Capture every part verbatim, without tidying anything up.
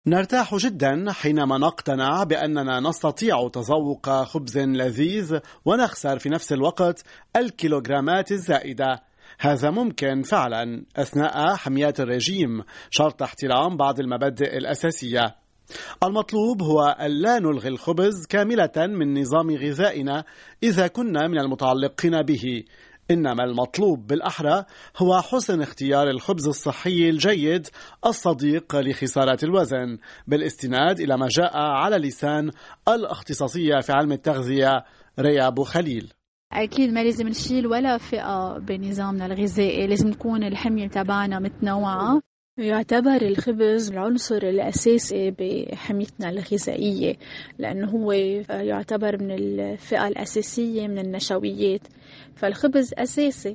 نرتاح جدا حينما نقتنع بأننا نستطيع تذوق خبز لذيذ ونخسر في نفس الوقت الكيلوغرامات الزائدة. هذا ممكن فعلا أثناء حميات الرجيم شرط احترام بعض المبادئ الأساسية. المطلوب هو ألا نلغي الخبز كاملة من نظام غذائنا إذا كنا من المتعلقين به، إنما المطلوب بالأحرى هو حسن اختيار الخبز الصحي الجيد الصديق لخسارة الوزن بالاستناد إلى ما جاء على لسان الاختصاصية في علم التغذية ريا أبو خليل. أكيد ما لازم نشيل ولا فئة بنظامنا الغذائي، لازم تكون الحمية تبعنا متنوعة. يعتبر الخبز العنصر الأساسي بحميتنا الغذائية لأنه هو يعتبر من الفئة الأساسية من النشويات، فالخبز أساسي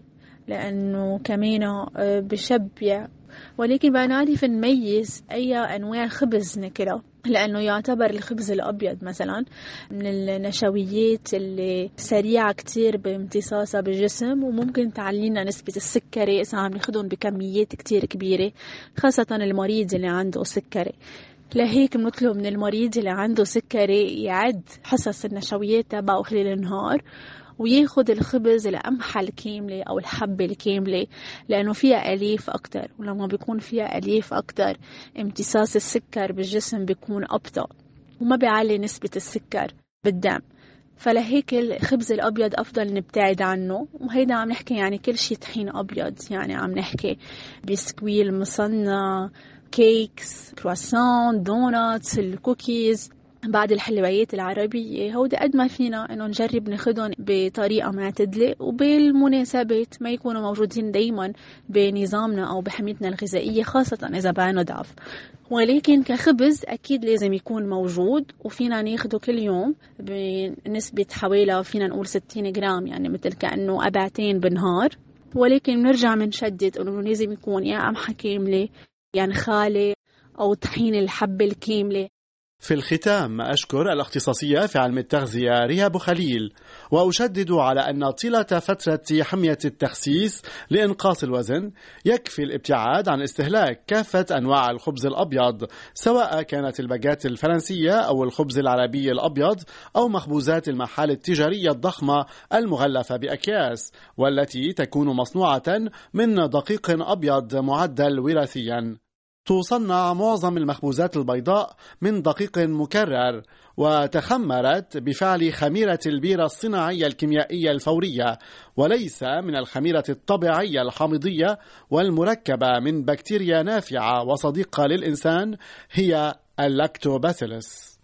لأنه كمان بشبع، ولكن بنعرف نميز أي أنواع خبز ناكلها، لأنه يعتبر الخبز الأبيض مثلا من النشويات اللي سريعة كتير بامتصاصها بالجسم وممكن تعلينا نسبة السكري إذا عم ناخدهم بكميات كتير كبيرة، خاصة المريض اللي عنده سكري. لهيك بنطلب من المريض اللي عنده سكري يعد حصص النشويات تبعه خلال النهار وياخد الخبز القمحة الكاملة أو الحبة الكاملة لأنه فيها ألياف أكتر، ولما بيكون فيها ألياف أكتر امتصاص السكر بالجسم بيكون أبطأ وما بيعلي نسبة السكر بالدم. فلهيك الخبز الأبيض أفضل نبتعد عنه، وهيدا عم نحكي يعني كل شيء طحين أبيض، يعني عم نحكي بسكويل مصنع، كيكس، كرواسون، دوناتس، الكوكيز، بعد الحلويات العربية. هودي قد ما فينا إنه نجرب ناخدهم بطريقة معتدلة وبالمناسبات ما يكونوا موجودين دايما بنظامنا أو بحميتنا الغذائية، خاصة إذا بقى ضعف. ولكن كخبز أكيد لازم يكون موجود وفينا ناخده كل يوم بنسبة حوالي فينا نقول ستين جرام، يعني مثل كأنه أبعتين بالنهار. ولكن نرجع منشدد إنه لازم يكون يا قمحة كاملة يا نخالة أو طحين الحبة الكاملة. في الختام أشكر الاختصاصية في علم التغذية ريا أبو خليل، وأشدد على أن طيلة فترة حمية التخسيس لإنقاص الوزن يكفي الابتعاد عن استهلاك كافة أنواع الخبز الأبيض، سواء كانت الباجات الفرنسية أو الخبز العربي الأبيض أو مخبوزات المحال التجارية الضخمة المغلفة بأكياس والتي تكون مصنوعة من دقيق أبيض معدل وراثيا. تصنع معظم المخبوزات البيضاء من دقيق مكرر وتخمرت بفعل خميرة البيرة الصناعية الكيميائية الفورية، وليس من الخميرة الطبيعية الحامضية والمركبة من بكتيريا نافعة وصديقة للإنسان هي اللاكتوباسيلس.